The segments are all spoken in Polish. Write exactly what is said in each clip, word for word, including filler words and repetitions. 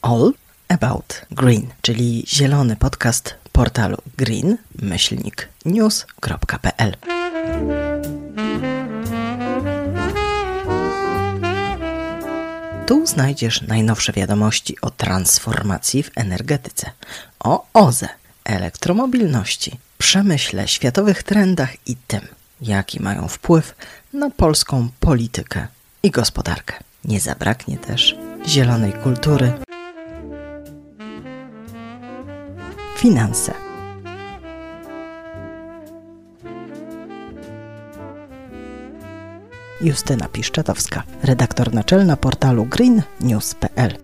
All About Green, czyli zielony podcast portalu green myślnik news kropka p l. Tu znajdziesz najnowsze wiadomości o transformacji w energetyce, o O Z E, elektromobilności, przemyśle, światowych trendach i tym, jaki mają wpływ na polską politykę i gospodarkę. Nie zabraknie też zielonej kultury, finanse. Justyna Piszczatowska, redaktor naczelna portalu green news kropka p l.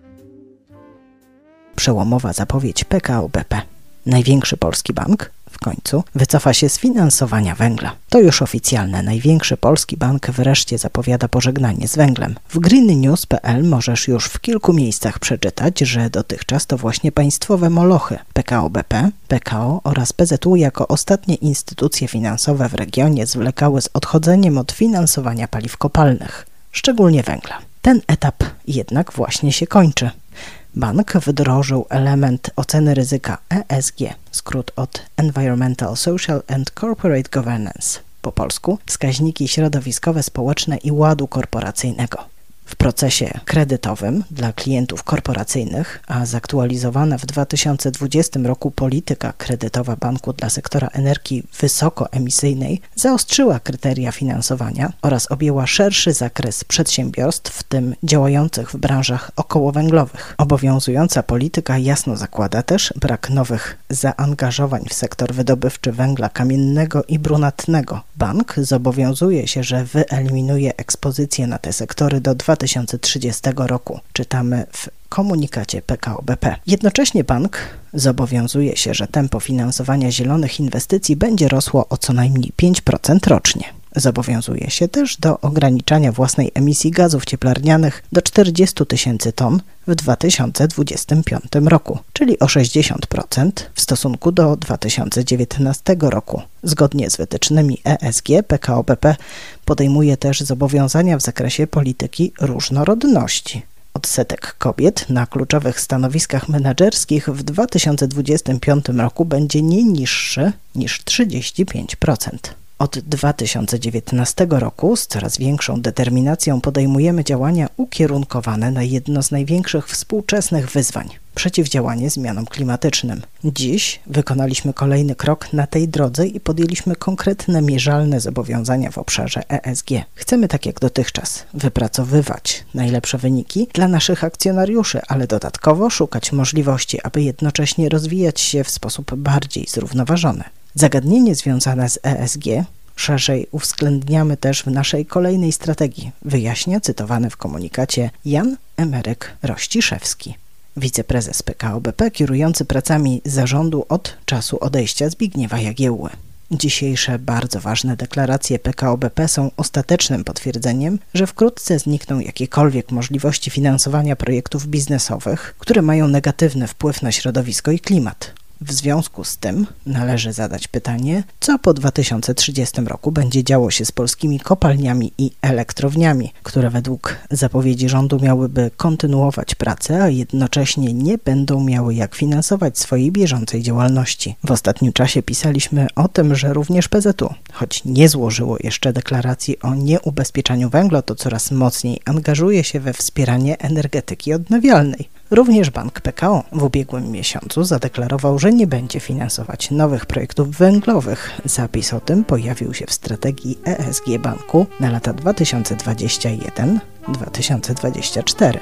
Przełomowa zapowiedź P K O B P. Największy polski bank w końcu wycofa się z finansowania węgla. To już oficjalne. Największy polski bank wreszcie zapowiada pożegnanie z węglem. W green news kropka p l możesz już w kilku miejscach przeczytać, że dotychczas to właśnie państwowe molochy P K O B P, P K O oraz P Z U jako ostatnie instytucje finansowe w regionie zwlekały z odchodzeniem od finansowania paliw kopalnych, szczególnie węgla. Ten etap jednak właśnie się kończy. Bank wdrożył element oceny ryzyka E S G, skrót od Environmental, Social and Corporate Governance, po polsku wskaźniki środowiskowe, społeczne i ładu korporacyjnego. W procesie kredytowym dla klientów korporacyjnych, a zaktualizowana w dwa tysiące dwudziestym roku polityka kredytowa banku dla sektora energii wysokoemisyjnej zaostrzyła kryteria finansowania oraz objęła szerszy zakres przedsiębiorstw, w tym działających w branżach okołowęglowych. Obowiązująca polityka jasno zakłada też brak nowych zaangażowań w sektor wydobywczy węgla kamiennego i brunatnego. Bank zobowiązuje się, że wyeliminuje ekspozycję na te sektory do dwa tysiące trzydziestego roku, czytamy w komunikacie P K O B P. Jednocześnie bank zobowiązuje się, że tempo finansowania zielonych inwestycji będzie rosło o co najmniej pięć procent rocznie. Zobowiązuje się też do ograniczania własnej emisji gazów cieplarnianych do czterdzieści tysięcy ton w dwa tysiące dwudziestym piątym roku, czyli o sześćdziesiąt procent w stosunku do dwa tysiące dziewiętnastego roku. Zgodnie z wytycznymi E S G P K O B P podejmuje też zobowiązania w zakresie polityki różnorodności. Odsetek kobiet na kluczowych stanowiskach menedżerskich w dwa tysiące dwudziestym piątym roku będzie nie niższy niż trzydzieści pięć procent. Od dwa tysiące dziewiętnastego roku z coraz większą determinacją podejmujemy działania ukierunkowane na jedno z największych współczesnych wyzwań – przeciwdziałanie zmianom klimatycznym. Dziś wykonaliśmy kolejny krok na tej drodze i podjęliśmy konkretne, mierzalne zobowiązania w obszarze E S G. Chcemy, tak jak dotychczas, wypracowywać najlepsze wyniki dla naszych akcjonariuszy, ale dodatkowo szukać możliwości, aby jednocześnie rozwijać się w sposób bardziej zrównoważony. Zagadnienie związane z E S G szerzej uwzględniamy też w naszej kolejnej strategii, wyjaśnia cytowany w komunikacie Jan Emeryk Rościszewski, wiceprezes P K O B P kierujący pracami zarządu od czasu odejścia Zbigniewa Jagiełły. Dzisiejsze bardzo ważne deklaracje P K O B P są ostatecznym potwierdzeniem, że wkrótce znikną jakiekolwiek możliwości finansowania projektów biznesowych, które mają negatywny wpływ na środowisko i klimat. W związku z tym należy zadać pytanie, co po dwa tysiące trzydziestym roku będzie działo się z polskimi kopalniami i elektrowniami, które według zapowiedzi rządu miałyby kontynuować pracę, a jednocześnie nie będą miały jak finansować swojej bieżącej działalności. W ostatnim czasie pisaliśmy o tym, że również P Z U, choć nie złożyło jeszcze deklaracji o nieubezpieczaniu węgla, to coraz mocniej angażuje się we wspieranie energetyki odnawialnej. Również Bank P K O w ubiegłym miesiącu zadeklarował, że nie będzie finansować nowych projektów węglowych. Zapis o tym pojawił się w strategii E S G Banku na lata dwa tysiące dwudziesty pierwszy do dwa tysiące dwudziestego czwartego.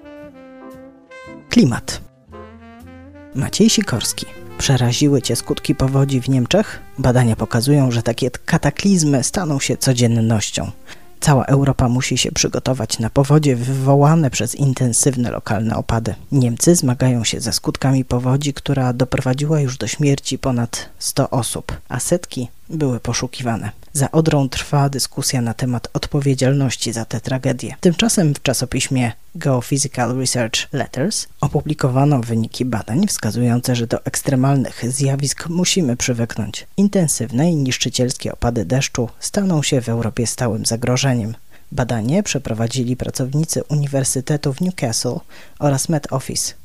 Klimat. Maciej Sikorski. Przeraziły Cię skutki powodzi w Niemczech? Badania pokazują, że takie kataklizmy staną się codziennością. Cała Europa musi się przygotować na powodzie wywołane przez intensywne lokalne opady. Niemcy zmagają się ze skutkami powodzi, która doprowadziła już do śmierci ponad sto osób, a setki były poszukiwane. Za Odrą trwa dyskusja na temat odpowiedzialności za tę tragedię. Tymczasem w czasopiśmie Geophysical Research Letters opublikowano wyniki badań wskazujące, że do ekstremalnych zjawisk musimy przywyknąć. Intensywne i niszczycielskie opady deszczu staną się w Europie stałym zagrożeniem. Badanie przeprowadzili pracownicy Uniwersytetu w Newcastle oraz Met Office,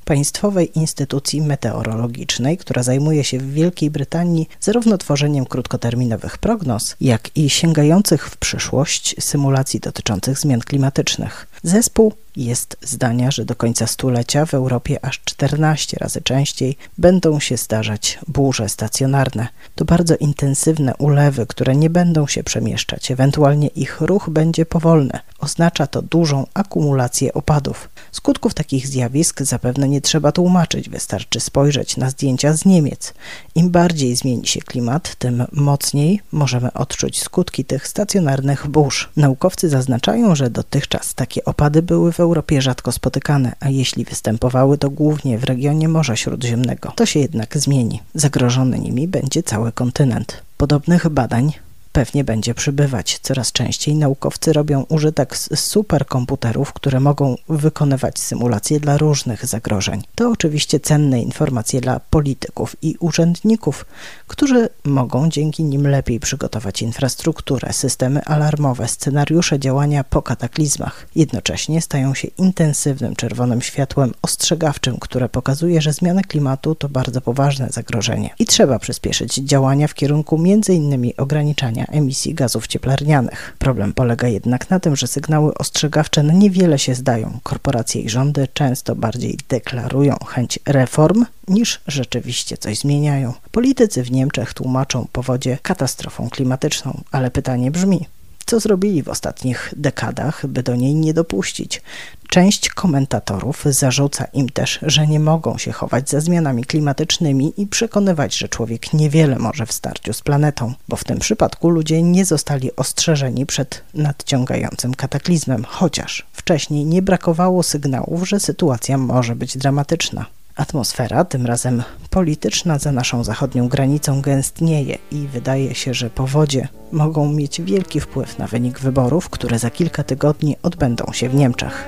państwowej instytucji meteorologicznej, która zajmuje się w Wielkiej Brytanii zarówno tworzeniem krótkoterminowych prognoz, jak i sięgających w przyszłość symulacji dotyczących zmian klimatycznych. Zespół jest zdania, że do końca stulecia w Europie aż czternaście razy częściej będą się zdarzać burze stacjonarne. To bardzo intensywne ulewy, które nie będą się przemieszczać, ewentualnie ich ruch będzie powolny. Oznacza to dużą akumulację opadów. Skutków takich zjawisk zapewne nie trzeba tłumaczyć, wystarczy spojrzeć na zdjęcia z Niemiec. Im bardziej zmieni się klimat, tym mocniej możemy odczuć skutki tych stacjonarnych burz. Naukowcy zaznaczają, że dotychczas takie opady były w Europie rzadko spotykane, a jeśli występowały, to głównie w regionie Morza Śródziemnego. To się jednak zmieni. Zagrożony nimi będzie cały kontynent. Podobnych badań pewnie będzie przybywać. Coraz częściej naukowcy robią użytek z superkomputerów, które mogą wykonywać symulacje dla różnych zagrożeń. To oczywiście cenne informacje dla polityków i urzędników, którzy mogą dzięki nim lepiej przygotować infrastrukturę, systemy alarmowe, scenariusze działania po kataklizmach. Jednocześnie stają się intensywnym czerwonym światłem ostrzegawczym, które pokazuje, że zmiany klimatu to bardzo poważne zagrożenie i trzeba przyspieszyć działania w kierunku między innymi ograniczania emisji gazów cieplarnianych. Problem polega jednak na tym, że sygnały ostrzegawcze na niewiele się zdają. Korporacje i rządy często bardziej deklarują chęć reform, niż rzeczywiście coś zmieniają. Politycy w Niemczech tłumaczą powodzie katastrofą klimatyczną, ale pytanie brzmi: co zrobili w ostatnich dekadach, by do niej nie dopuścić? Część komentatorów zarzuca im też, że nie mogą się chować za zmianami klimatycznymi i przekonywać, że człowiek niewiele może w starciu z planetą, bo w tym przypadku ludzie nie zostali ostrzeżeni przed nadciągającym kataklizmem, chociaż wcześniej nie brakowało sygnałów, że sytuacja może być dramatyczna. Atmosfera, tym razem polityczna, za naszą zachodnią granicą gęstnieje i wydaje się, że powodzie mogą mieć wielki wpływ na wynik wyborów, które za kilka tygodni odbędą się w Niemczech.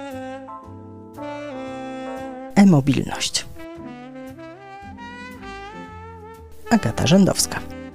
E-mobilność. Agata Rzędowska.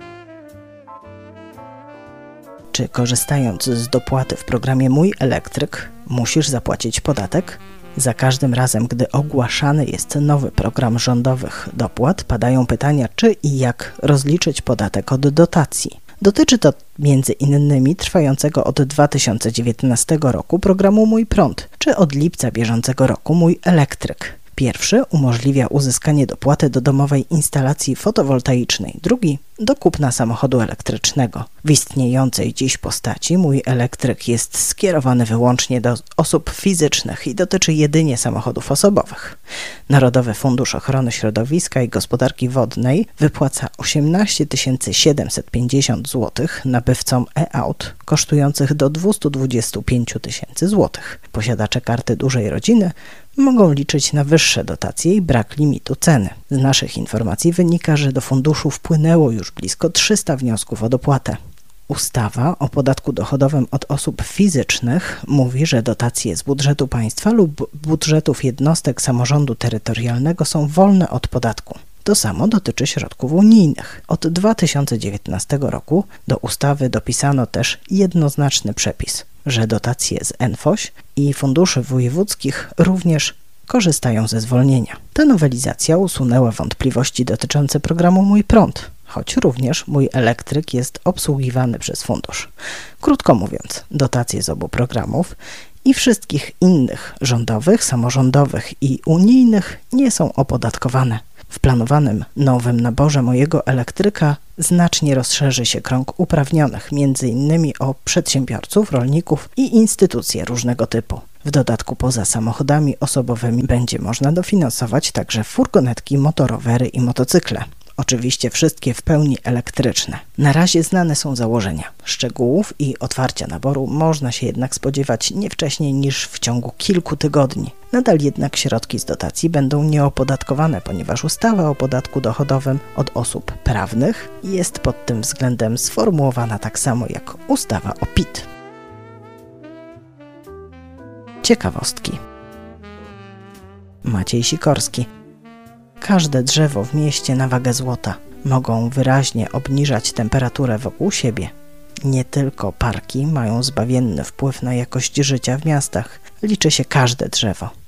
Czy korzystając z dopłaty w programie Mój Elektryk musisz zapłacić podatek? Za każdym razem, gdy ogłaszany jest nowy program rządowych dopłat, padają pytania, czy i jak rozliczyć podatek od dotacji. Dotyczy to między innymi trwającego od dwa tysiące dziewiętnastego roku programu Mój Prąd, czy od lipca bieżącego roku Mój Elektryk. Pierwszy umożliwia uzyskanie dopłaty do domowej instalacji fotowoltaicznej, drugi do kupna samochodu elektrycznego. W istniejącej dziś postaci Mój Elektryk jest skierowany wyłącznie do osób fizycznych i dotyczy jedynie samochodów osobowych. Narodowy Fundusz Ochrony Środowiska i Gospodarki Wodnej wypłaca osiemnaście tysięcy siedemset pięćdziesiąt złotych nabywcom e-aut kosztujących do dwieście dwadzieścia pięć tysięcy złotych. Posiadacze karty dużej rodziny mogą liczyć na wyższe dotacje i brak limitu ceny. Z naszych informacji wynika, że do funduszu wpłynęło już blisko trzysta wniosków o dopłatę. Ustawa o podatku dochodowym od osób fizycznych mówi, że dotacje z budżetu państwa lub budżetów jednostek samorządu terytorialnego są wolne od podatku. To samo dotyczy środków unijnych. Od dwa tysiące dziewiętnastego roku do ustawy dopisano też jednoznaczny przepis, że dotacje z N F O Ś i funduszy wojewódzkich również korzystają ze zwolnienia. Ta nowelizacja usunęła wątpliwości dotyczące programu Mój Prąd, choć również Mój Elektryk jest obsługiwany przez fundusz. Krótko mówiąc, dotacje z obu programów i wszystkich innych rządowych, samorządowych i unijnych nie są opodatkowane. W planowanym nowym naborze Mojego Elektryka znacznie rozszerzy się krąg uprawnionych, między innymi o przedsiębiorców, rolników i instytucje różnego typu. W dodatku poza samochodami osobowymi będzie można dofinansować także furgonetki, motorowery i motocykle. Oczywiście wszystkie w pełni elektryczne. Na razie znane są założenia. Szczegółów i otwarcia naboru można się jednak spodziewać nie wcześniej niż w ciągu kilku tygodni. Nadal jednak środki z dotacji będą nieopodatkowane, ponieważ ustawa o podatku dochodowym od osób prawnych jest pod tym względem sformułowana tak samo jak ustawa o P I T. Ciekawostki. Maciej Sikorski. Każde drzewo w mieście na wagę złota. Mogą wyraźnie obniżać temperaturę wokół siebie. Nie tylko parki mają zbawienny wpływ na jakość życia w miastach. Liczy się każde drzewo.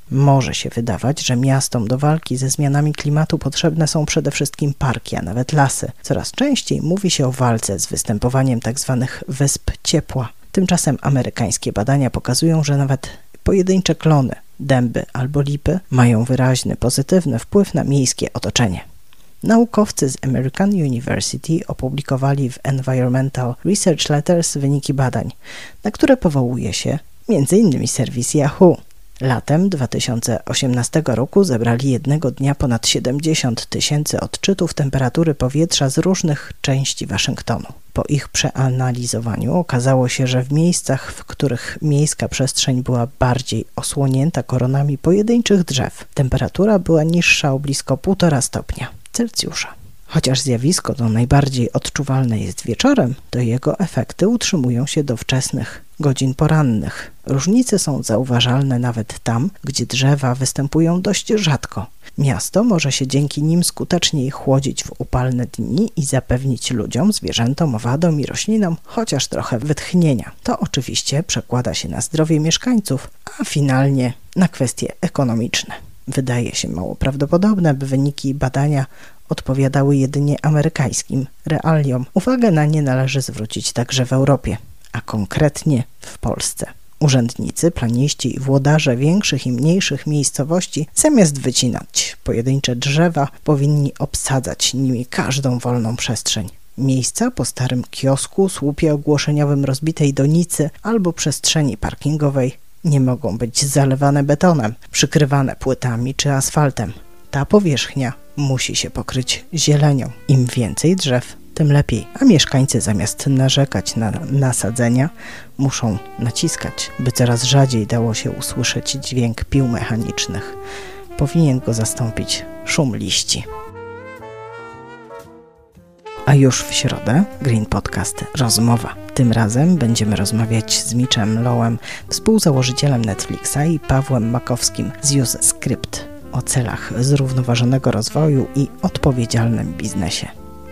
Może się wydawać, że miastom do walki ze zmianami klimatu potrzebne są przede wszystkim parki, a nawet lasy. Coraz częściej mówi się o walce z występowaniem tzw. wysp ciepła. Tymczasem amerykańskie badania pokazują, że nawet pojedyncze klony, dęby albo lipy mają wyraźny, pozytywny wpływ na miejskie otoczenie. Naukowcy z American University opublikowali w Environmental Research Letters wyniki badań, na które powołuje się między innymi serwis Yahoo. Latem dwa tysiące osiemnastego roku zebrali jednego dnia ponad siedemdziesiąt tysięcy odczytów temperatury powietrza z różnych części Waszyngtonu. Po ich przeanalizowaniu okazało się, że w miejscach, w których miejska przestrzeń była bardziej osłonięta koronami pojedynczych drzew, temperatura była niższa o blisko półtora stopnia Celsjusza. Chociaż zjawisko to najbardziej odczuwalne jest wieczorem, to jego efekty utrzymują się do wczesnych godzin porannych. Różnice są zauważalne nawet tam, gdzie drzewa występują dość rzadko. Miasto może się dzięki nim skuteczniej chłodzić w upalne dni i zapewnić ludziom, zwierzętom, owadom i roślinom chociaż trochę wytchnienia. To oczywiście przekłada się na zdrowie mieszkańców, a finalnie na kwestie ekonomiczne. Wydaje się mało prawdopodobne, by wyniki badania odpowiadały jedynie amerykańskim realiom. Uwagę na nie należy zwrócić także w Europie, a konkretnie w Polsce. Urzędnicy, planiści i włodarze większych i mniejszych miejscowości zamiast wycinać pojedyncze drzewa, powinni obsadzać nimi każdą wolną przestrzeń. Miejsca po starym kiosku, słupie ogłoszeniowym rozbitej donicy albo przestrzeni parkingowej nie mogą być zalewane betonem, przykrywane płytami czy asfaltem. Ta powierzchnia musi się pokryć zielenią. Im więcej drzew, tym lepiej. A mieszkańcy zamiast narzekać na nasadzenia, muszą naciskać, by coraz rzadziej dało się usłyszeć dźwięk pił mechanicznych. Powinien go zastąpić szum liści. A już w środę Green Podcast Rozmowa. Tym razem będziemy rozmawiać z Mitchem Lowem, współzałożycielem Netflixa, i Pawłem Makowskim z Use Script o celach zrównoważonego rozwoju i odpowiedzialnym biznesie.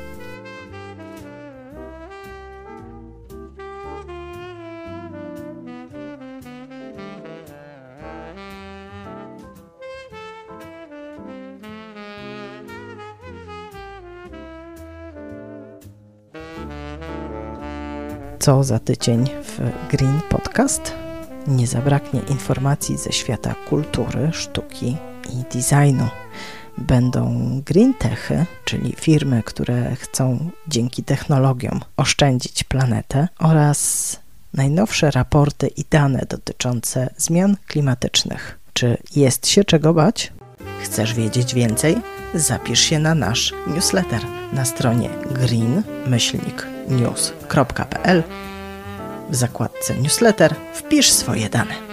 Co za tydzień w Green Podcast? Nie zabraknie informacji ze świata kultury, sztuki i designu. Będą green techy, czyli firmy, które chcą dzięki technologiom oszczędzić planetę, oraz najnowsze raporty i dane dotyczące zmian klimatycznych. Czy jest się czego bać? Chcesz wiedzieć więcej? Zapisz się na nasz newsletter na stronie green myślnik news kropka p l. W zakładce newsletter wpisz swoje dane.